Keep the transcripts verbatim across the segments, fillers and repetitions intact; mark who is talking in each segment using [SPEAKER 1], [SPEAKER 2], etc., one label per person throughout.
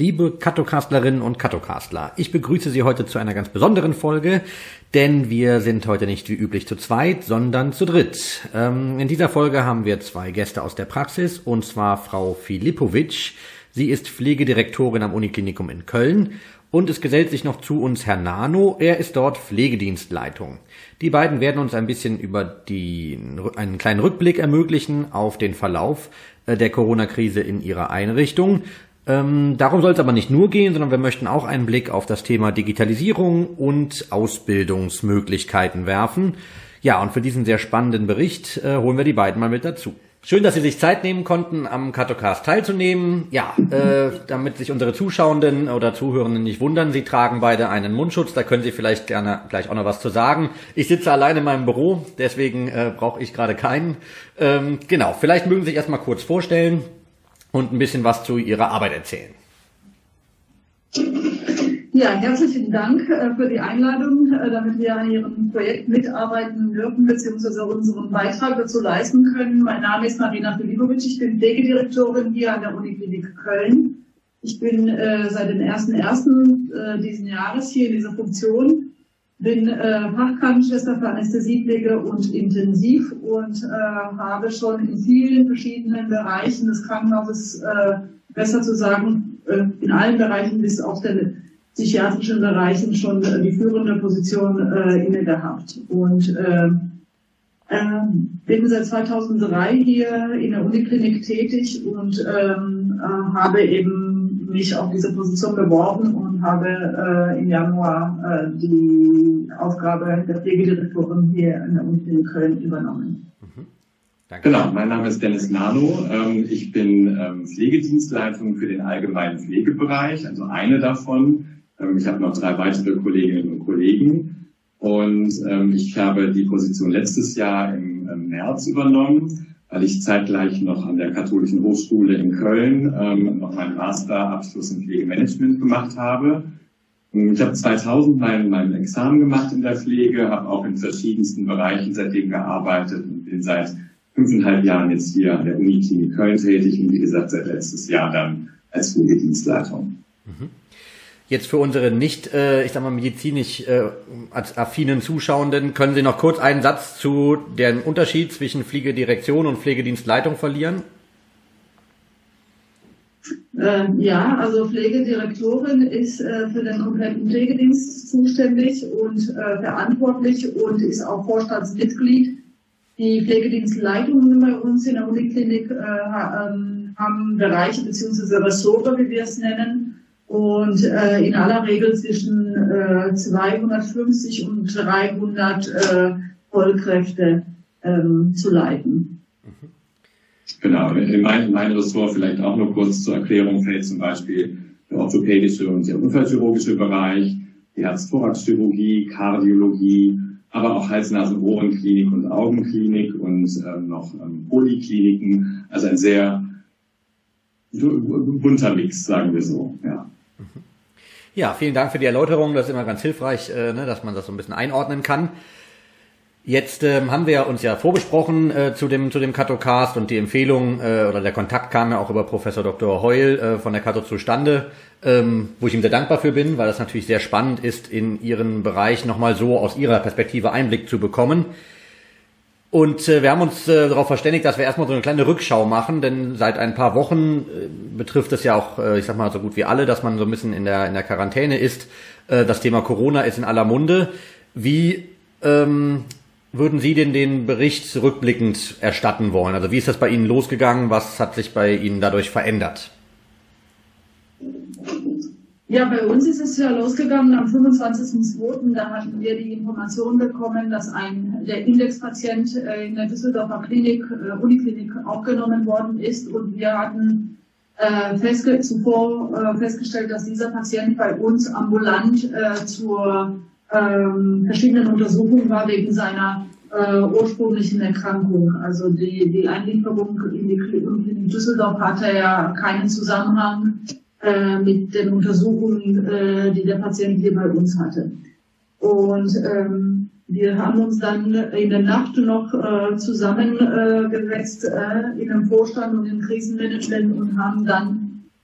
[SPEAKER 1] Liebe Kattokastlerinnen und Kattokastler, ich begrüße Sie heute zu einer ganz besonderen Folge, denn wir sind heute nicht wie üblich zu zweit, sondern zu dritt. Ähm, in dieser Folge haben wir zwei Gäste aus der Praxis, und zwar Frau Filipovic. Sie ist Pflegedirektorin am Uniklinikum in Köln, und es gesellt sich noch zu uns Herr Nano, er ist dort Pflegedienstleitung. Die beiden werden uns ein bisschen über die, einen kleinen Rückblick ermöglichen auf den Verlauf der Corona-Krise in ihrer Einrichtung. Ähm, darum soll es aber nicht nur gehen, sondern wir möchten auch einen Blick auf das Thema Digitalisierung und Ausbildungsmöglichkeiten werfen. Ja, und für diesen sehr spannenden Bericht äh, holen wir die beiden mal mit dazu. Schön, dass Sie sich Zeit nehmen konnten, am Kattocast teilzunehmen. Ja, äh, damit sich unsere Zuschauenden oder Zuhörenden nicht wundern, Sie tragen beide einen Mundschutz. Da können Sie vielleicht gerne gleich auch noch was zu sagen. Ich sitze alleine in meinem Büro, deswegen äh, brauche ich gerade keinen. Ähm, genau, vielleicht mögen Sie sich erstmal kurz vorstellen und ein bisschen was zu Ihrer Arbeit erzählen.
[SPEAKER 2] Ja, herzlichen Dank äh, für die Einladung, äh, damit wir an Ihrem Projekt mitarbeiten dürfen bzw. unseren Beitrag dazu leisten können. Mein Name ist Marina Filipovic, ich bin Pflegedirektorin hier an der Uniklinik Köln. Ich bin äh, seit dem ersten ersten Äh, diesen Jahres hier in dieser Funktion, bin äh, Fachkrankenschwester für Anästhesiepflege und Intensiv und äh, habe schon in vielen verschiedenen Bereichen des Krankenhauses, äh, besser zu sagen, äh, in allen Bereichen bis auf den psychiatrischen Bereichen schon äh, die führende Position äh, inne gehabt. Und äh, äh, bin seit zweitausenddrei hier in der Uniklinik tätig und ähm, äh, habe eben mich auf diese Position beworben und habe äh, im Januar äh, die Aufgabe der Pflegedirektorin hier in der Uniklinik Köln übernommen.
[SPEAKER 3] Mhm. Danke. Genau, mein Name ist Dennis Nano. Ähm, ich bin ähm, Pflegedienstleitung für den allgemeinen Pflegebereich, also eine davon. Ähm, ich habe noch drei weitere Kolleginnen und Kollegen. Und ähm, ich habe die Position letztes Jahr im, im März übernommen, weil ich zeitgleich noch an der Katholischen Hochschule in Köln ähm, noch meinen Masterabschluss in Pflegemanagement gemacht habe. Und ich habe zweitausend mein, mein Examen gemacht in der Pflege, habe auch in verschiedensten Bereichen seitdem gearbeitet und bin seit fünfeinhalb Jahren jetzt hier an der Uniklinik Köln tätig und wie gesagt seit letztes Jahr dann als Pflegedienstleitung.
[SPEAKER 1] Mhm. Jetzt für unsere nicht, äh, ich sag mal, medizinisch äh, affinen Zuschauenden, können Sie noch kurz einen Satz zu dem Unterschied zwischen Pflegedirektion und Pflegedienstleitung verlieren?
[SPEAKER 2] Äh, ja, also Pflegedirektorin ist äh, für den kompletten Pflegedienst zuständig und äh, verantwortlich und ist auch Vorstandsmitglied. Die Pflegedienstleitungen bei uns in der Uniklinik äh, haben Bereiche bzw. Ressorts, wie wir es nennen. Und äh, in aller Regel zwischen äh, zweihundertfünfzig und dreihundert äh, Vollkräfte ähm, zu leiten.
[SPEAKER 3] Genau, in mein, mein Ressort vielleicht auch nur kurz zur Erklärung fällt zum Beispiel der orthopädische und der unfallchirurgische Bereich, die Herz-Thorax-Chirurgie, Kardiologie, aber auch Hals-Nasen-Ohren-Klinik und Augenklinik und ähm, noch ähm, Polikliniken. Also ein sehr bunter Mix, sagen wir so, ja.
[SPEAKER 1] Ja, vielen Dank für die Erläuterung. Das ist immer ganz hilfreich, äh, ne, dass man das so ein bisschen einordnen kann. Jetzt ähm, haben wir uns ja vorbesprochen äh, zu dem zu dem Kattocast und die Empfehlung äh, oder der Kontakt kam ja auch über Professor Doktor Heul äh, von der Katto zustande, ähm, wo ich ihm sehr dankbar für bin, weil das natürlich sehr spannend ist, in Ihren Bereich nochmal so aus Ihrer Perspektive Einblick zu bekommen. Und äh, wir haben uns äh, darauf verständigt, dass wir erstmal so eine kleine Rückschau machen, denn seit ein paar Wochen äh, betrifft es ja auch, äh, ich sag mal, so gut wie alle, dass man so ein bisschen in der in der Quarantäne ist. Äh, das Thema Corona ist in aller Munde. Wie ähm, würden Sie denn den Bericht rückblickend erstatten wollen? Also wie ist das bei Ihnen losgegangen? Was hat sich bei Ihnen dadurch verändert?
[SPEAKER 2] Ja, bei uns ist es ja losgegangen am fünfundzwanzigsten zweiten Da hatten wir die Information bekommen, dass ein der Indexpatient äh, in der Düsseldorfer Klinik, äh, Uniklinik aufgenommen worden ist. Und wir hatten äh, festge zuvor äh, festgestellt, dass dieser Patient bei uns ambulant äh, zur äh, verschiedenen Untersuchungen war wegen seiner äh, ursprünglichen Erkrankung. Also die, die Einlieferung in die Klinik Düsseldorf hatte ja keinen Zusammenhang mit den Untersuchungen, äh, die der Patient hier bei uns hatte. Und ähm, wir haben uns dann in der Nacht noch äh, zusammengesetzt äh, in dem Vorstand und im Krisenmanagement und haben dann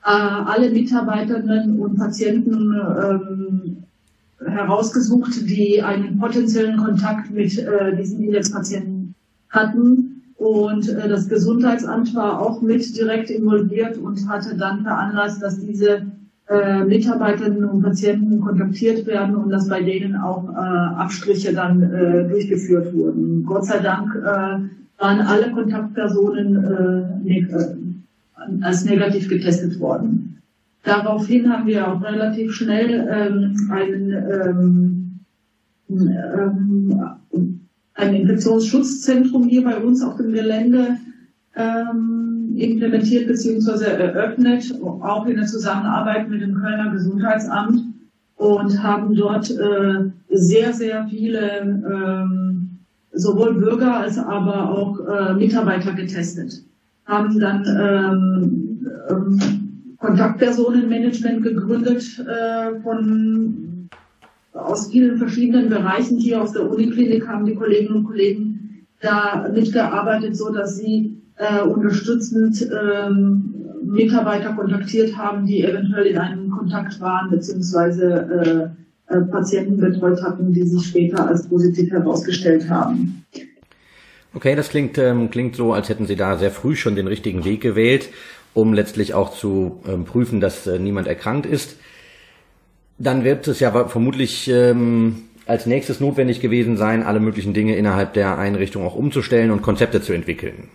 [SPEAKER 2] alle Mitarbeiterinnen und Patienten ähm, herausgesucht, die einen potenziellen Kontakt mit äh, diesen Indexpatienten hatten. Und äh, das Gesundheitsamt war auch mit direkt involviert und hatte dann veranlasst, dass diese äh, Mitarbeiterinnen und Patienten kontaktiert werden und dass bei denen auch äh, Abstriche dann äh, durchgeführt wurden. Gott sei Dank äh, waren alle Kontaktpersonen äh, neg äh, als negativ getestet worden. Daraufhin haben wir auch relativ schnell ähm, einen, ähm, ähm, ein Infektionsschutzzentrum hier bei uns auf dem Gelände ähm, implementiert bzw. eröffnet, auch in der Zusammenarbeit mit dem Kölner Gesundheitsamt, und haben dort äh, sehr, sehr viele ähm, sowohl Bürger als aber auch äh, Mitarbeiter getestet. Haben dann ähm, ähm, Kontaktpersonenmanagement gegründet äh, von aus vielen verschiedenen Bereichen. Hier aus der Uniklinik haben die Kolleginnen und Kollegen da mitgearbeitet, so dass sie äh, unterstützend ähm, Mitarbeiter kontaktiert haben, die eventuell in einem Kontakt waren beziehungsweise äh, äh, Patienten betreut hatten, die sich später als positiv herausgestellt haben.
[SPEAKER 1] Okay, das klingt ähm, klingt so, als hätten Sie da sehr früh schon den richtigen Weg gewählt, um letztlich auch zu ähm, prüfen, dass äh, niemand erkrankt ist. Dann wird es ja vermutlich ähm, als nächstes notwendig gewesen sein, alle möglichen Dinge innerhalb der Einrichtung auch umzustellen und Konzepte zu entwickeln.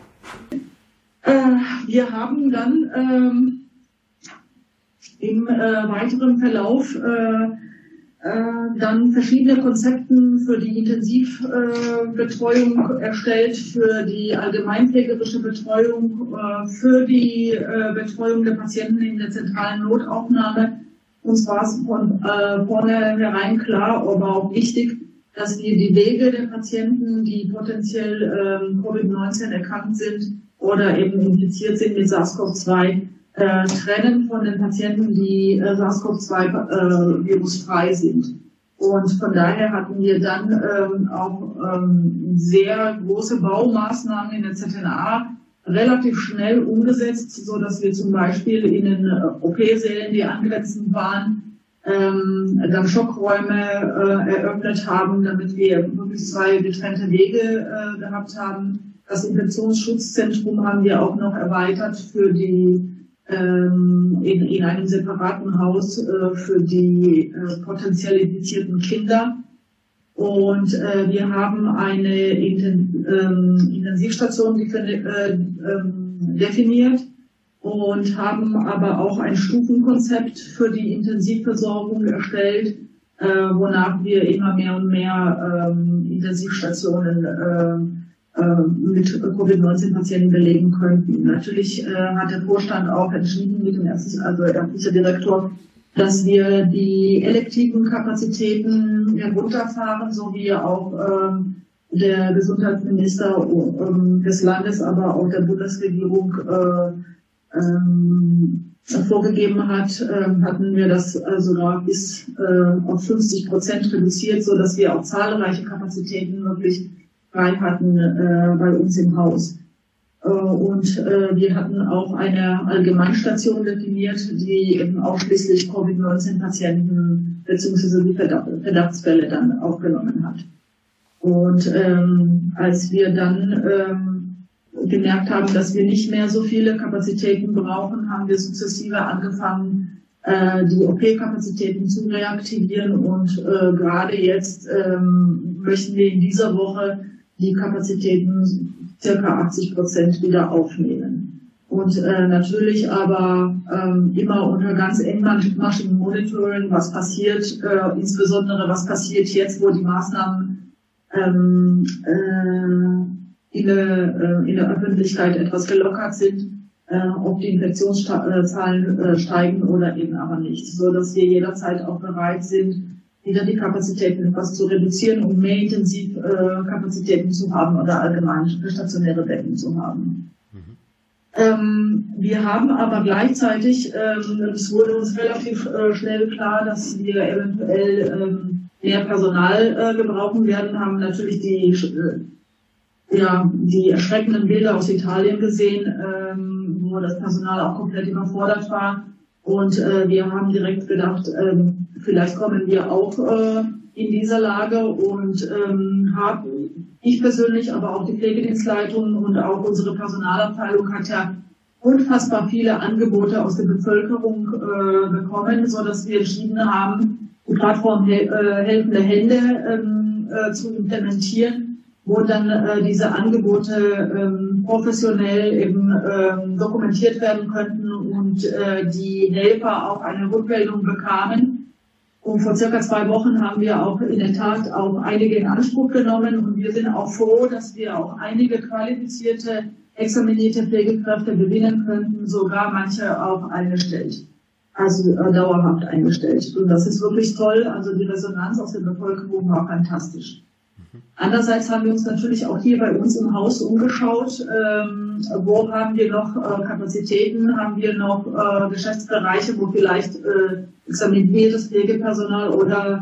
[SPEAKER 2] Äh, wir haben dann ähm, im äh, weiteren Verlauf äh, äh, dann verschiedene Konzepte für die Intensivbetreuung äh, erstellt, für die allgemeinpflegerische Betreuung, äh, für die äh, Betreuung der Patienten in der zentralen Notaufnahme. Uns war es von äh, vornherein klar, aber auch wichtig, dass wir die Wege der Patienten, die potenziell äh, Covid neunzehn erkrankt sind oder eben infiziert sind mit SARS CoV zwei, Äh, trennen von den Patienten, die äh, SARS CoV zwei äh, virusfrei sind. Und von daher hatten wir dann ähm, auch ähm, sehr große Baumaßnahmen in der Z N A relativ schnell umgesetzt, so dass wir zum Beispiel in den äh, O P-Sälen, die angrenzend waren, ähm, dann Schockräume äh, eröffnet haben, damit wir wirklich zwei getrennte Wege äh, gehabt haben. Das Infektionsschutzzentrum haben wir auch noch erweitert für die In, in einem separaten Haus äh, für die äh, potenziell infizierten Kinder. Und äh, wir haben eine Inten, ähm, Intensivstation äh, definiert und haben aber auch ein Stufenkonzept für die Intensivversorgung erstellt, äh, wonach wir immer mehr und mehr ähm, Intensivstationen äh, mit Covid neunzehn Patienten belegen könnten. Natürlich äh, hat der Vorstand auch entschieden mit dem ärztlichen, also ärztlicher Direktor, dass wir die elektiven Kapazitäten herunterfahren, so wie auch ähm, der Gesundheitsminister ähm, des Landes, aber auch der Bundesregierung äh, ähm, vorgegeben hat, äh, hatten wir das äh, sogar bis äh, auf fünfzig Prozent reduziert, so dass wir auch zahlreiche Kapazitäten wirklich frei hatten äh, bei uns im Haus. Äh, und äh, wir hatten auch eine Allgemeinstation definiert, die eben ausschließlich Covid neunzehn Patienten bzw. die Verdachtsfälle dann aufgenommen hat. Und ähm, als wir dann ähm, gemerkt haben, dass wir nicht mehr so viele Kapazitäten brauchen, haben wir sukzessive angefangen, äh, die O P-Kapazitäten zu reaktivieren, und äh, gerade jetzt ähm, möchten wir in dieser Woche die Kapazitäten circa achtzig Prozent wieder aufnehmen. Und äh, natürlich aber ähm, immer unter ganz engmaschigem Monitoring, was passiert, äh, insbesondere was passiert jetzt, wo die Maßnahmen ähm, äh, in, der, äh, in der Öffentlichkeit etwas gelockert sind, äh, ob die Infektionszahlen äh, steigen oder eben aber nicht, so dass wir jederzeit auch bereit sind, wieder die Kapazitäten etwas zu reduzieren, um mehr Intensivkapazitäten äh, zu haben oder allgemein stationäre Betten zu haben. Mhm. Ähm, wir haben aber gleichzeitig, ähm, es wurde uns relativ äh, schnell klar, dass wir eventuell ähm, mehr Personal äh, gebrauchen werden, haben natürlich die äh, ja, die erschreckenden Bilder aus Italien gesehen, ähm, wo das Personal auch komplett überfordert war. Und äh, wir haben direkt gedacht, ähm, vielleicht kommen wir auch äh, in dieser Lage und ähm, haben, ich persönlich, aber auch die Pflegedienstleitung und auch unsere Personalabteilung hat ja unfassbar viele Angebote aus der Bevölkerung äh, bekommen, so dass wir entschieden haben, die Plattform Hel äh, Helfende Hände ähm, äh, zu implementieren, wo dann äh, diese Angebote ähm, professionell eben ähm, dokumentiert werden könnten und äh, die Helfer auch eine Rückmeldung bekamen. Und vor circa zwei Wochen haben wir auch in der Tat auch einige in Anspruch genommen und wir sind auch froh, dass wir auch einige qualifizierte, examinierte Pflegekräfte gewinnen könnten, sogar manche auch eingestellt, also äh, dauerhaft eingestellt. Und das ist wirklich toll, also die Resonanz aus der Bevölkerung war fantastisch. Andererseits haben wir uns natürlich auch hier bei uns im Haus umgeschaut, ähm, wo haben wir noch äh, Kapazitäten, haben wir noch äh, Geschäftsbereiche, wo vielleicht äh, examiniertes Pflegepersonal oder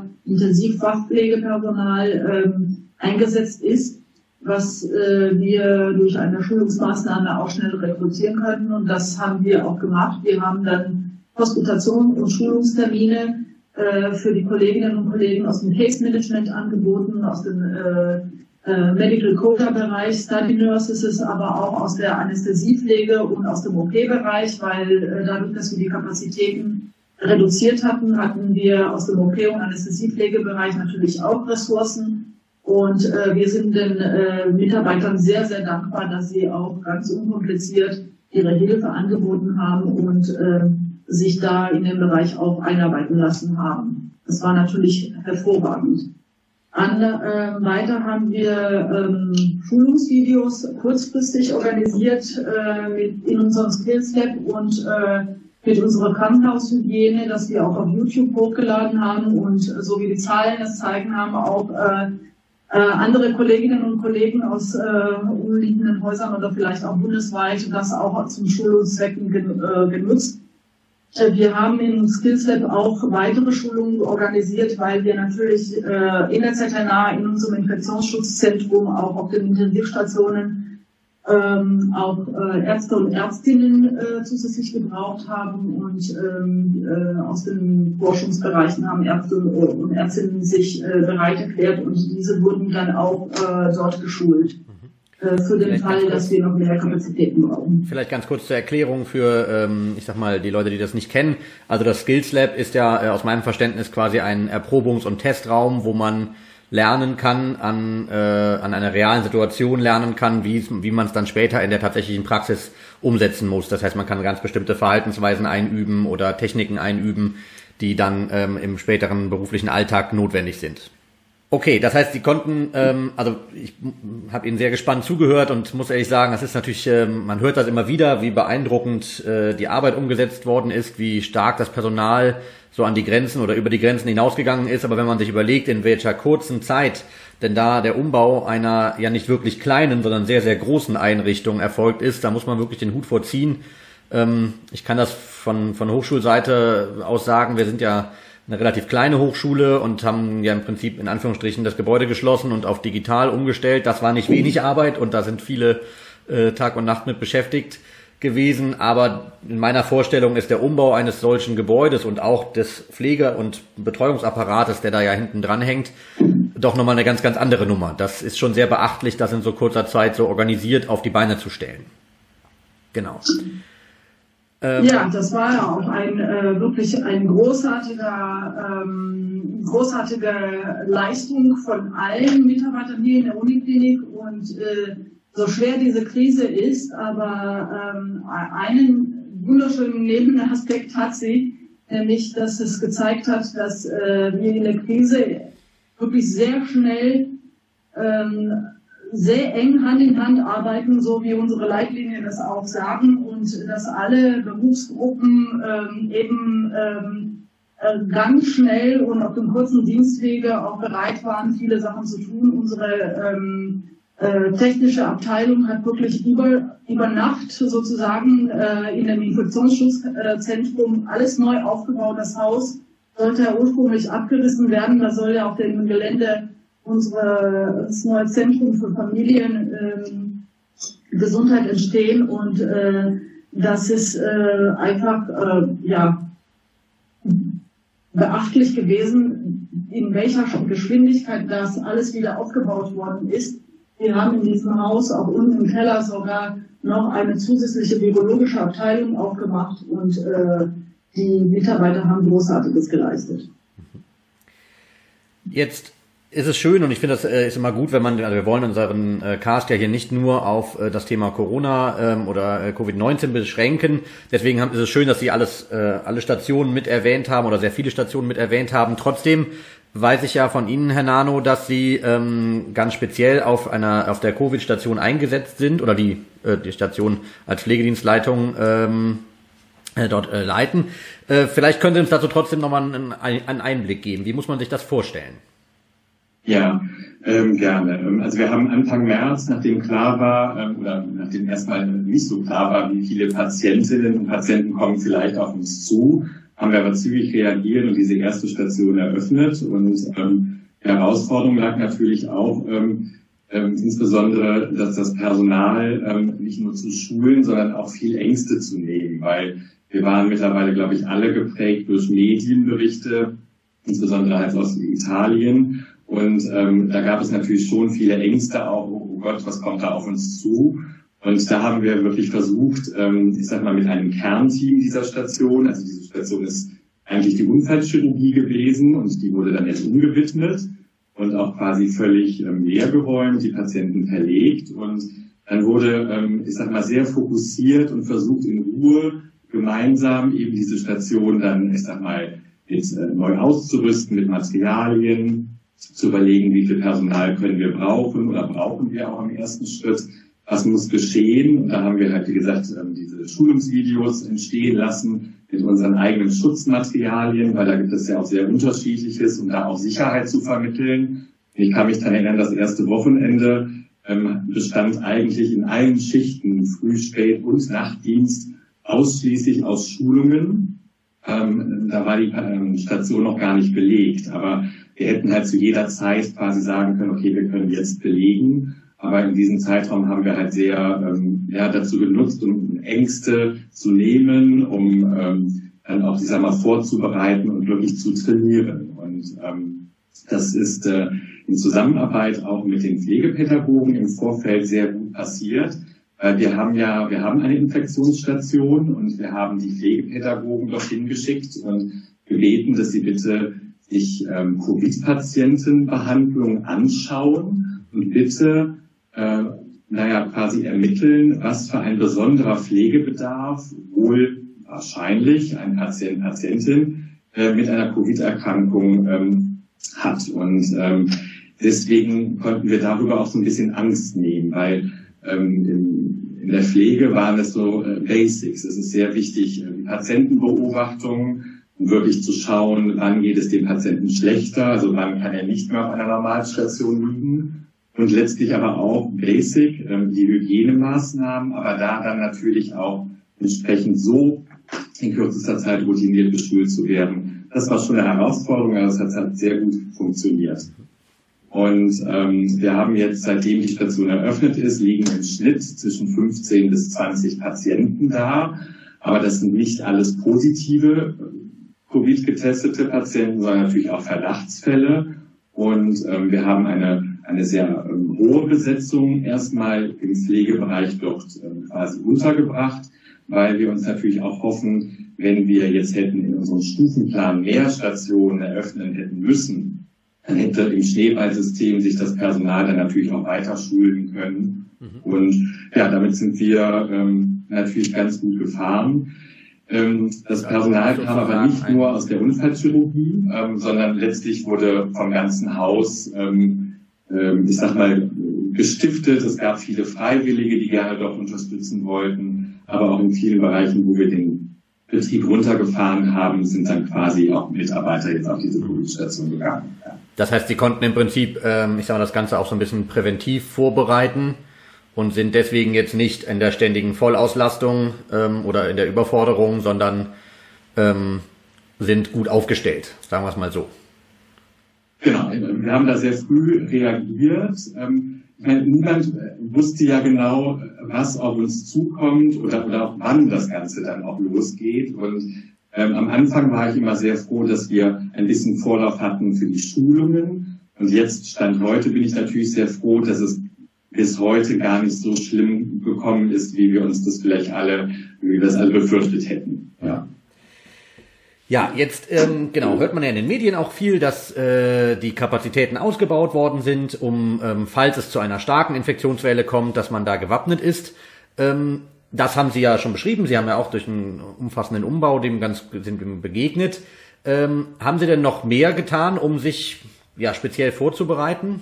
[SPEAKER 2] Intensivfachpflegepersonal ähm, eingesetzt ist, was äh, wir durch eine Schulungsmaßnahme auch schnell rekrutieren könnten. Und das haben wir auch gemacht. Wir haben dann Hospitationen und Schulungstermine für die Kolleginnen und Kollegen aus dem Case Management angeboten, aus dem äh, äh, Medical Coder-Bereich, Study Nurses, aber auch aus der Anästhesiepflege und aus dem O P-Bereich, weil äh, dadurch, dass wir die Kapazitäten reduziert hatten, hatten wir aus dem O P- und Anästhesiepflegebereich natürlich auch Ressourcen. Und äh, wir sind den äh, Mitarbeitern sehr, sehr dankbar, dass sie auch ganz unkompliziert ihre Hilfe angeboten haben und äh, sich da in dem Bereich auch einarbeiten lassen haben. Das war natürlich hervorragend. An, äh, weiter haben wir ähm, Schulungsvideos kurzfristig organisiert äh, mit, in unserem Skills Lab und äh, mit unserer Krankenhaushygiene, dass wir auch auf YouTube hochgeladen haben und äh, so wie die Zahlen es zeigen, haben auch äh, äh, andere Kolleginnen und Kollegen aus äh, umliegenden Häusern oder vielleicht auch bundesweit das auch zum Schulungszwecken gen, äh, genutzt. Wir haben im Skills Lab auch weitere Schulungen organisiert, weil wir natürlich äh, in der Z N A, in unserem Infektionsschutzzentrum, auch auf den Intensivstationen ähm, auch äh, Ärzte und Ärztinnen äh, zusätzlich gebraucht haben und ähm, äh, aus den Forschungsbereichen haben Ärzte und Ärztinnen sich äh, bereit erklärt und diese wurden dann auch äh, dort geschult. Für den
[SPEAKER 1] Vielleicht
[SPEAKER 2] Fall, dass wir noch mehr Kapazitäten brauchen.
[SPEAKER 1] Vielleicht ganz kurz zur Erklärung für, ähm, ich sag mal, die Leute, die das nicht kennen. Also das Skills Lab ist ja äh, aus meinem Verständnis quasi ein Erprobungs- und Testraum, wo man lernen kann, an, äh, an einer realen Situation lernen kann, wie, wie man es dann später in der tatsächlichen Praxis umsetzen muss. Das heißt, man kann ganz bestimmte Verhaltensweisen einüben oder Techniken einüben, die dann ähm, im späteren beruflichen Alltag notwendig sind. Okay, das heißt, Sie konnten, ähm, also ich habe Ihnen sehr gespannt zugehört und muss ehrlich sagen, das ist natürlich, ähm, man hört das immer wieder, wie beeindruckend äh, die Arbeit umgesetzt worden ist, wie stark das Personal so an die Grenzen oder über die Grenzen hinausgegangen ist. Aber wenn man sich überlegt, in welcher kurzen Zeit denn da der Umbau einer ja nicht wirklich kleinen, sondern sehr, sehr großen Einrichtung erfolgt ist, da muss man wirklich den Hut vorziehen. Ähm, ich kann das von, von Hochschulseite aus sagen, wir sind ja eine relativ kleine Hochschule und haben ja im Prinzip in Anführungsstrichen das Gebäude geschlossen und auf digital umgestellt. Das war nicht wenig Arbeit und da sind viele äh, Tag und Nacht mit beschäftigt gewesen. Aber in meiner Vorstellung ist der Umbau eines solchen Gebäudes und auch des Pflege- und Betreuungsapparates, der da ja hinten dran hängt, doch nochmal eine ganz, ganz andere Nummer. Das ist schon sehr beachtlich, das in so kurzer Zeit so organisiert auf die Beine zu stellen. Genau.
[SPEAKER 2] Ja, das war ja auch ein äh, wirklich ein großartiger, ähm, großartige Leistung von allen Mitarbeitern hier in der Uniklinik und äh, so schwer diese Krise ist, aber ähm, einen wunderschönen Nebenaspekt hat sie, nämlich, dass es gezeigt hat, dass äh, wir in der Krise wirklich sehr schnell ähm, sehr eng Hand in Hand arbeiten, so wie unsere Leitlinien das auch sagen, und dass alle Berufsgruppen ähm, eben ähm, äh, ganz schnell und auf dem kurzen Dienstwege auch bereit waren, viele Sachen zu tun. Unsere ähm, äh, technische Abteilung hat wirklich über, über Nacht sozusagen äh, in dem Infektionsschutzzentrum alles neu aufgebaut. Das Haus sollte ja ursprünglich abgerissen werden. Da soll ja auf dem Gelände unsere, das neue Zentrum für Familiengesundheit ähm, entstehen und äh, das ist äh, einfach äh, ja beachtlich gewesen, in welcher Geschwindigkeit das alles wieder aufgebaut worden ist. Wir haben in diesem Haus auch unten im Keller sogar noch eine zusätzliche biologische Abteilung aufgemacht und äh, die Mitarbeiter haben Großartiges geleistet.
[SPEAKER 1] Jetzt ist es schön und ich finde, das äh, ist immer gut, wenn man, also wir wollen unseren äh, Cast ja hier nicht nur auf äh, das Thema Corona ähm, oder äh, Covid neunzehn beschränken. Deswegen haben, ist es schön, dass Sie alles, äh, alle Stationen mit erwähnt haben oder sehr viele Stationen mit erwähnt haben. Trotzdem weiß ich ja von Ihnen, Herr Nano, dass Sie ähm, ganz speziell auf einer auf der Covid-Station eingesetzt sind oder die äh, die Station als Pflegedienstleitung ähm, äh, dort äh, leiten. Äh, vielleicht können Sie uns dazu trotzdem nochmal einen, einen Einblick geben. Wie muss man sich das vorstellen?
[SPEAKER 3] Ja, ähm, gerne. Also wir haben Anfang März, nachdem klar war, ähm, oder nachdem erstmal nicht so klar war, wie viele Patientinnen und Patienten kommen vielleicht auf uns zu, haben wir aber zügig reagiert und diese erste Station eröffnet. Und ähm, die Herausforderung lag natürlich auch ähm, ähm, insbesondere, dass das Personal ähm, nicht nur zu schulen, sondern auch viel Ängste zu nehmen, weil wir waren mittlerweile, glaube ich, alle geprägt durch Medienberichte, insbesondere halt aus Italien. Und ähm, da gab es natürlich schon viele Ängste auch, oh Gott, was kommt da auf uns zu? Und da haben wir wirklich versucht, ähm, ich sag mal, mit einem Kernteam dieser Station, also diese Station ist eigentlich die Unfallchirurgie gewesen und die wurde dann jetzt umgewidmet und auch quasi völlig ähm, leergeräumt, die Patienten verlegt. Und dann wurde, ähm, ich sag mal, sehr fokussiert und versucht in Ruhe gemeinsam eben diese Station dann, ich sag mal, jetzt äh, neu auszurüsten mit Materialien, zu überlegen, wie viel Personal können wir brauchen oder brauchen wir auch im ersten Schritt, was muss geschehen. Und da haben wir halt, wie gesagt, diese Schulungsvideos entstehen lassen mit unseren eigenen Schutzmaterialien, weil da gibt es ja auch sehr Unterschiedliches, um da auch Sicherheit zu vermitteln. Ich kann mich daran erinnern, das erste Wochenende ähm, bestand eigentlich in allen Schichten, Früh-, Spät- und Nachtdienst, ausschließlich aus Schulungen. Ähm, da war die ähm, Station noch gar nicht belegt, aber wir hätten halt zu jeder Zeit quasi sagen können, okay, wir können jetzt belegen. Aber in diesem Zeitraum haben wir halt sehr ähm, ja, dazu genutzt, um Ängste zu nehmen, um ähm, dann auch, ich sag mal, vorzubereiten und wirklich zu trainieren. Und ähm, das ist äh, in Zusammenarbeit auch mit den Pflegepädagogen im Vorfeld sehr gut passiert. Äh, wir haben ja, wir haben eine Infektionsstation und wir haben die Pflegepädagogen dorthin geschickt und gebeten, dass sie bitte sich ähm, Covid-Patientenbehandlung anschauen und bitte, äh, naja, quasi ermitteln, was für ein besonderer Pflegebedarf wohl wahrscheinlich ein Patient, Patientin äh, mit einer Covid-Erkrankung ähm, hat. Und ähm, deswegen konnten wir darüber auch so ein bisschen Angst nehmen, weil ähm, in, in der Pflege waren es so äh, Basics. Es ist sehr wichtig, äh, die Patientenbeobachtung, um wirklich zu schauen, wann geht es dem Patienten schlechter, also wann kann er nicht mehr auf einer Normalstation liegen. Und letztlich aber auch Basic, ähm, die Hygienemaßnahmen, aber da dann natürlich auch entsprechend so in kürzester Zeit routiniert beschult zu werden. Das war schon eine Herausforderung, aber es hat, hat sehr gut funktioniert. Und ähm, wir haben jetzt, seitdem die Station eröffnet ist, liegen im Schnitt zwischen fünfzehn bis zwanzig Patienten da. Aber das sind nicht alles positive Covid-getestete Patienten, sondern natürlich auch Verdachtsfälle. Und ähm, wir haben eine, eine sehr ähm, hohe Besetzung erstmal im Pflegebereich dort ähm, quasi untergebracht, weil wir uns natürlich auch hoffen, wenn wir jetzt hätten in unserem Stufenplan mehr Stationen eröffnen hätten müssen, dann hätte im Schneeballsystem sich das Personal dann natürlich auch weiter schulen können. Mhm. Und ja, damit sind wir ähm, natürlich ganz gut gefahren. Ähm, das Personal kam aber nicht nur aus der Unfallchirurgie, ähm, sondern letztlich wurde vom ganzen Haus, ähm, ähm, ich sag mal, gestiftet. Es gab viele Freiwillige, die gerne dort unterstützen wollten, aber auch in vielen Bereichen, wo wir den Betrieb runtergefahren haben, sind dann quasi auch Mitarbeiter jetzt auf diese Covid-Station gegangen. Ja.
[SPEAKER 1] Das heißt, Sie konnten im Prinzip, ähm, ich sag mal, das Ganze auch so ein bisschen präventiv vorbereiten und sind deswegen jetzt nicht in der ständigen Vollauslastung ähm, oder in der Überforderung, sondern ähm, sind gut aufgestellt, sagen wir es mal so.
[SPEAKER 3] Genau, im wir haben da sehr früh reagiert. Ähm, ich meine, niemand wusste ja genau, was auf uns zukommt oder, oder auch wann das Ganze dann auch losgeht. Und ähm, am Anfang war ich immer sehr froh, dass wir ein bisschen Vorlauf hatten für die Schulungen. Und jetzt, Stand heute, bin ich natürlich sehr froh, dass es bis heute gar nicht so schlimm gekommen ist, wie wir uns das vielleicht alle, wie wir das alle befürchtet hätten. Ja.
[SPEAKER 1] Ja, jetzt ähm, genau hört man ja in den Medien auch viel, dass äh, die Kapazitäten ausgebaut worden sind, um ähm, falls es zu einer starken Infektionswelle kommt, dass man da gewappnet ist. Ähm, das haben Sie ja schon beschrieben. Sie haben ja auch durch einen umfassenden Umbau dem ganz sind dem begegnet. Ähm, haben Sie denn noch mehr getan, um sich ja speziell vorzubereiten?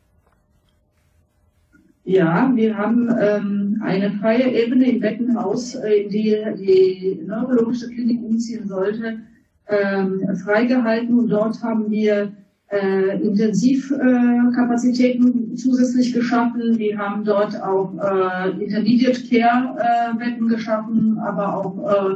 [SPEAKER 2] Ja, wir haben ähm, eine freie Ebene im Bettenhaus, in die die neurologische Klinik umziehen sollte, ähm, freigehalten. Und dort haben wir äh, Intensivkapazitäten äh, zusätzlich geschaffen. Wir haben dort auch äh, Intermediate Care äh, Betten geschaffen, aber auch äh,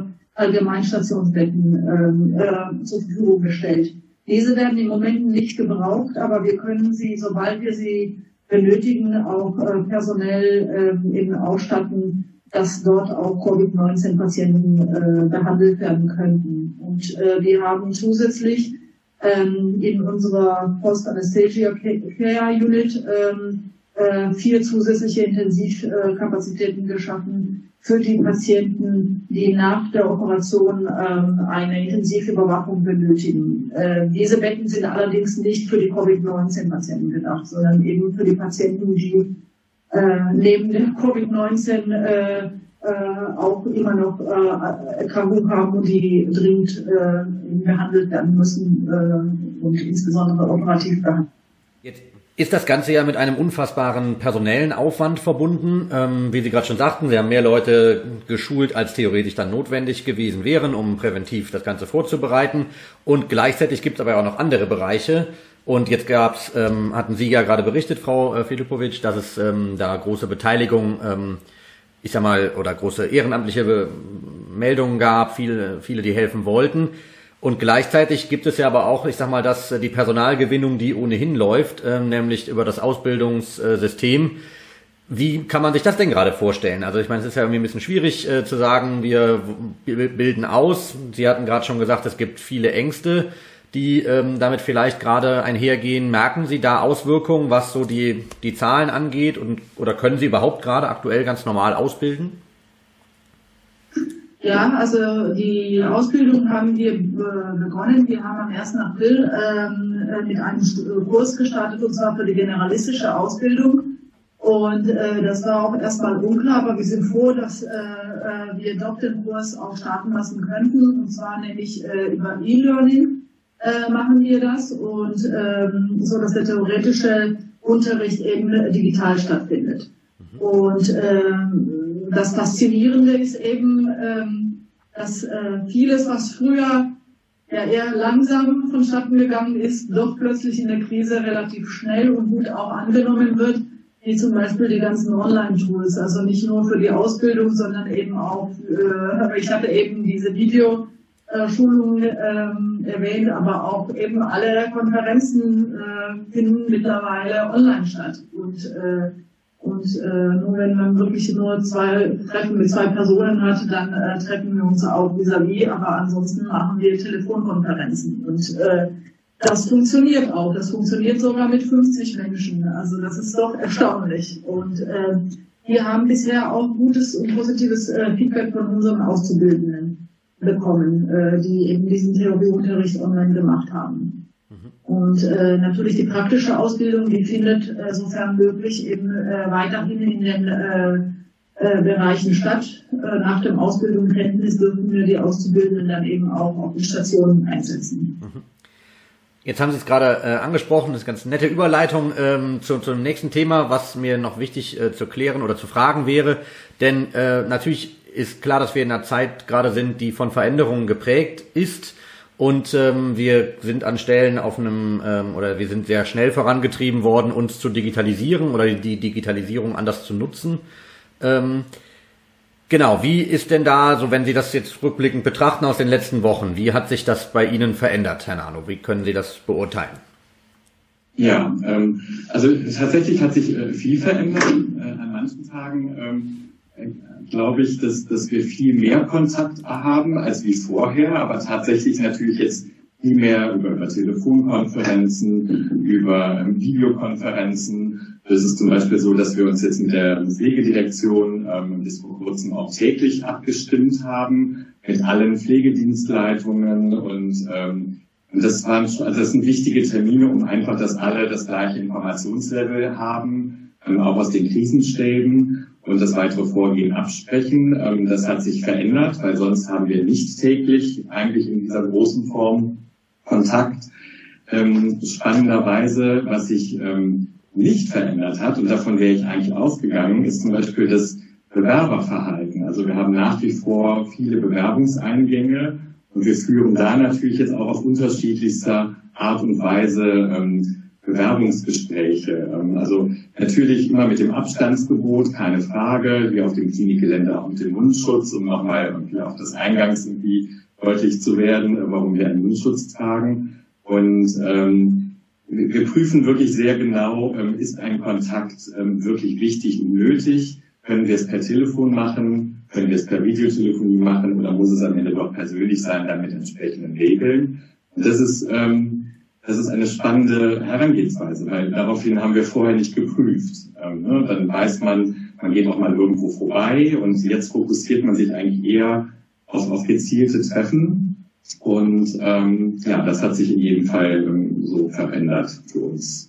[SPEAKER 2] Allgemeinstationsbetten äh, äh, zur Verfügung gestellt. Diese werden im Moment nicht gebraucht, aber wir können sie, sobald wir sie benötigen, auch äh, personell äh, eben ausstatten, dass dort auch Covid neunzehn Patienten äh, behandelt werden könnten. Und äh, wir haben zusätzlich ähm, in unserer Post-Anesthesia Care Unit ähm, äh, vier zusätzliche Intensivkapazitäten geschaffen für die Patienten, die nach der Operation ähm, eine Intensivüberwachung benötigen. Äh, diese Betten sind allerdings nicht für die Covid neunzehn Patienten gedacht, sondern eben für die Patienten, die äh, neben der Covid neunzehn äh, äh, auch immer noch äh, Erkrankungen haben und die dringend äh, behandelt werden müssen äh, und insbesondere operativ behandelt.
[SPEAKER 1] Jetzt ist das Ganze ja mit einem unfassbaren personellen Aufwand verbunden. Ähm, wie Sie gerade schon sagten, Sie haben mehr Leute geschult, als theoretisch dann notwendig gewesen wären, um präventiv das Ganze vorzubereiten. Und gleichzeitig gibt es aber auch noch andere Bereiche. Und jetzt gab's, ähm, hatten Sie ja gerade berichtet, Frau äh, Filipovic, dass es ähm, da große Beteiligung, ähm, ich sag mal, oder große ehrenamtliche Be- Meldungen gab, viele, viele, die helfen wollten. Und gleichzeitig gibt es ja aber auch, ich sag mal, dass die Personalgewinnung, die ohnehin läuft, äh, nämlich über das Ausbildungssystem. Wie kann man sich das denn gerade vorstellen? Also ich meine, es ist ja irgendwie ein bisschen schwierig äh, zu sagen, wir bilden aus. Sie hatten gerade schon gesagt, es gibt viele Ängste, die ähm, damit vielleicht gerade einhergehen. Merken Sie da Auswirkungen, was so die die Zahlen angeht? Und oder können Sie überhaupt gerade aktuell ganz normal ausbilden?
[SPEAKER 2] Ja, also die Ausbildung haben wir begonnen. Wir haben am ersten April ähm, mit einem Kurs gestartet, und zwar für die generalistische Ausbildung. Und äh, das war auch erstmal unklar, aber wir sind froh, dass äh, wir doch den Kurs auch starten lassen könnten. Und zwar nämlich äh, über E-Learning äh, machen wir das, und ähm, so, dass der theoretische Unterricht eben digital stattfindet. Mhm. Und ähm, das Faszinierende ist eben, ähm, dass äh, vieles, was früher ja eher langsam vonstatten gegangen ist, doch plötzlich in der Krise relativ schnell und gut auch angenommen wird, wie zum Beispiel die ganzen Online-Tools, also nicht nur für die Ausbildung, sondern eben auch, äh, ich hatte eben diese Videoschulungen äh, erwähnt, aber auch eben alle Konferenzen äh, finden mittlerweile online statt. Und äh, Und äh, nur wenn man wirklich nur zwei Treffen mit zwei Personen hat, dann äh, treffen wir uns auch vis-à-vis, aber ansonsten machen wir Telefonkonferenzen. Und äh, das funktioniert auch. Das funktioniert sogar mit fünfzig Menschen. Also das ist doch erstaunlich. Und äh, wir haben bisher auch gutes und positives äh, Feedback von unseren Auszubildenden bekommen, äh, die eben diesen Theorieunterricht online gemacht haben. Und äh, natürlich die praktische Ausbildung, die findet äh, sofern möglich eben äh, weiterhin in den äh, äh, Bereichen statt. Äh, nach dem Ausbildung Kenntnis dürfen wir die Auszubildenden dann eben auch auf den Stationen einsetzen.
[SPEAKER 1] Jetzt haben Sie es gerade äh, angesprochen, das ist eine ganz nette Überleitung ähm, zu, zum nächsten Thema, was mir noch wichtig äh, zu klären oder zu fragen wäre. Denn äh, natürlich ist klar, dass wir in einer Zeit gerade sind, die von Veränderungen geprägt ist. Und ähm, wir sind an Stellen auf einem, ähm, oder wir sind sehr schnell vorangetrieben worden, uns zu digitalisieren oder die Digitalisierung anders zu nutzen. Ähm, genau, wie ist denn da, so wenn Sie das jetzt rückblickend betrachten aus den letzten Wochen, wie hat sich das bei Ihnen verändert, Herr Nano? Wie können Sie das beurteilen?
[SPEAKER 3] Ja, ähm, also tatsächlich hat sich äh, viel verändert. Äh, an manchen Tagen ähm, äh, glaube ich, dass, dass wir viel mehr Kontakt haben als wie vorher, aber tatsächlich natürlich jetzt viel mehr über, über Telefonkonferenzen, über ähm, Videokonferenzen. Es ist zum Beispiel so, dass wir uns jetzt mit der Pflegedirektion ähm, bis vor kurzem auch täglich abgestimmt haben, mit allen Pflegedienstleitungen und ähm, Und das waren, also das sind wichtige Termine, um einfach, dass alle das gleiche Informationslevel haben, ähm, auch aus den Krisenstäben und das weitere Vorgehen absprechen. Ähm, das hat sich verändert, weil sonst haben wir nicht täglich eigentlich in dieser großen Form Kontakt. Ähm, spannenderweise, was sich ähm, nicht verändert hat, und davon wäre ich eigentlich ausgegangen, ist zum Beispiel das Bewerberverhalten. Also wir haben nach wie vor viele Bewerbungseingänge. Und wir führen da natürlich jetzt auch auf unterschiedlichster Art und Weise ähm, Bewerbungsgespräche. Ähm, also natürlich immer mit dem Abstandsgebot, keine Frage, wie auf dem Klinikgelände auch mit dem Mundschutz, um nochmal irgendwie auf das Eingangs irgendwie deutlich zu werden, warum wir einen Mundschutz tragen. Und ähm, wir prüfen wirklich sehr genau, ähm, ist ein Kontakt ähm, wirklich wichtig und nötig? Können wir es per Telefon machen? Können wir es per Videotelefonie machen oder muss es am Ende doch persönlich sein, dann mit entsprechenden Regeln? Und das ist, ähm, das ist eine spannende Herangehensweise, weil daraufhin haben wir vorher nicht geprüft. Ähm, ne? Dann weiß man, man geht auch mal irgendwo vorbei und jetzt fokussiert man sich eigentlich eher auf, auf gezielte Treffen. Und ähm, ja, das hat sich in jedem Fall ähm, so verändert für uns.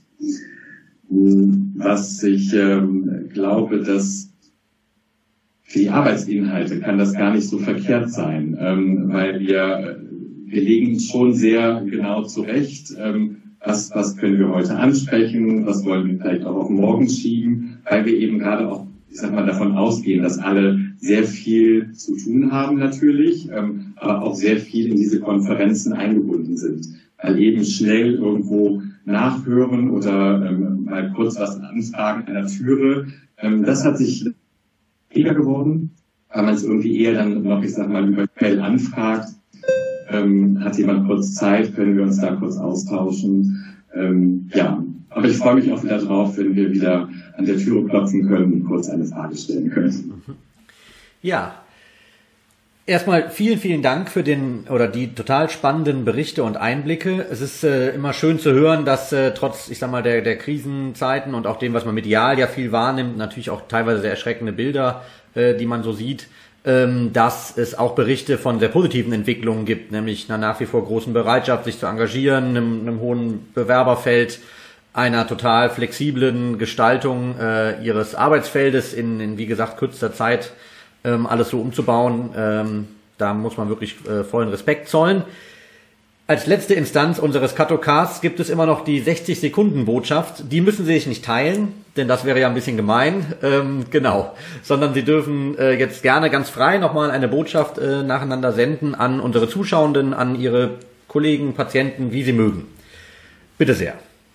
[SPEAKER 3] Was ich ähm, glaube, dass für die Arbeitsinhalte kann das gar nicht so verkehrt sein, ähm, weil wir, wir legen schon sehr genau zurecht, ähm, was, was können wir heute ansprechen, was wollen wir vielleicht auch auf morgen schieben, weil wir eben gerade auch, ich sag mal, davon ausgehen, dass alle sehr viel zu tun haben natürlich, ähm, aber auch sehr viel in diese Konferenzen eingebunden sind, weil eben schnell irgendwo nachhören oder ähm, mal kurz was anfragen an der Türe, ähm, das hat sich geworden, weil man es irgendwie eher dann noch, ich sag mal, über Mail anfragt, ähm, hat jemand kurz Zeit, können wir uns da kurz austauschen. Ähm, ja, aber ich freue mich auch wieder drauf, wenn wir wieder an der Türe klopfen können und kurz eine Frage stellen können.
[SPEAKER 1] Ja, erstmal vielen, vielen Dank für den oder die total spannenden Berichte und Einblicke. Es ist äh, immer schön zu hören, dass äh, trotz, ich sag mal, der, der Krisenzeiten und auch dem, was man medial ja viel wahrnimmt, natürlich auch teilweise sehr erschreckende Bilder, äh, die man so sieht, ähm, dass es auch Berichte von sehr positiven Entwicklungen gibt, nämlich einer nach wie vor großen Bereitschaft, sich zu engagieren, einem, einem hohen Bewerberfeld, einer total flexiblen Gestaltung äh, ihres Arbeitsfeldes in, in, wie gesagt, kürzester Zeit alles so umzubauen, ähm, da muss man wirklich äh, vollen Respekt zollen. Als letzte Instanz unseres Catocasts gibt es immer noch die sechzig-Sekunden-Botschaft. Die müssen Sie sich nicht teilen, denn das wäre ja ein bisschen gemein. Ähm, genau, sondern Sie dürfen äh, jetzt gerne ganz frei nochmal eine Botschaft äh, nacheinander senden an unsere Zuschauenden, an Ihre Kollegen, Patienten, wie Sie mögen. Bitte sehr.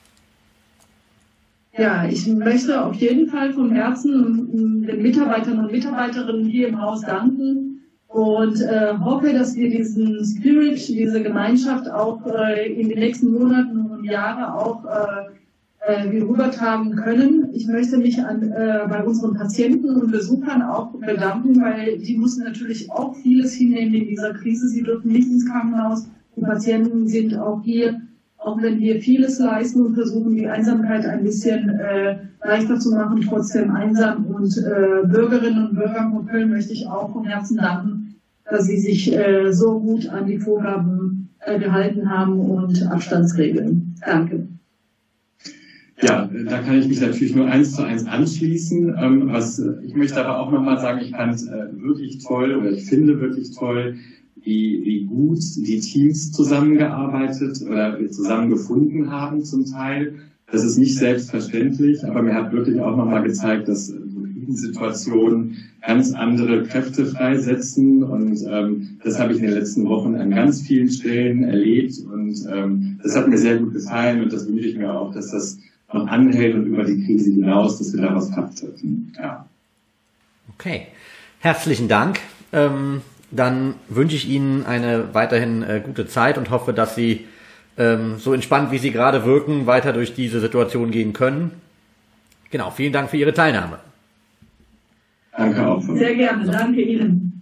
[SPEAKER 2] Ja, ich möchte auf jeden Fall vom Herzen den Mitarbeitern und Mitarbeiterinnen hier im Haus danken und äh, hoffe, dass wir diesen Spirit, diese Gemeinschaft auch äh, in den nächsten Monaten und Jahren auch äh, äh, rübertragen können. Ich möchte mich an, äh, bei unseren Patienten und Besuchern auch bedanken, weil die mussten natürlich auch vieles hinnehmen in dieser Krise. Sie dürfen nicht ins Krankenhaus. Die Patienten sind auch hier. Auch wenn wir vieles leisten und versuchen, die Einsamkeit ein bisschen äh, leichter zu machen, trotzdem einsam. Und äh, Bürgerinnen und Bürgern von Köln möchte ich auch vom Herzen danken, dass sie sich äh, so gut an die Vorgaben äh, gehalten haben und Abstandsregeln. Danke.
[SPEAKER 3] Ja, da kann ich mich natürlich nur eins zu eins anschließen. Ähm, was, ich möchte aber auch nochmal sagen, ich fand es äh, wirklich toll oder ich finde wirklich toll, wie, wie gut die Teams zusammengearbeitet oder zusammengefunden haben zum Teil. Das ist nicht selbstverständlich, aber mir hat wirklich auch nochmal gezeigt, dass so Krisensituationen ganz andere Kräfte freisetzen und ähm, das habe ich in den letzten Wochen an ganz vielen Stellen erlebt und ähm, das hat mir sehr gut gefallen und das wünsche ich mir auch, dass das noch anhält und über die Krise hinaus, dass wir da was treffen. Ja.
[SPEAKER 1] Okay, herzlichen Dank. Ähm Dann wünsche ich Ihnen eine weiterhin äh, gute Zeit und hoffe, dass Sie ähm, so entspannt, wie Sie gerade wirken, weiter durch diese Situation gehen können. Genau, vielen Dank für Ihre Teilnahme.
[SPEAKER 3] Danke auch.
[SPEAKER 2] Sehr gerne, danke Ihnen.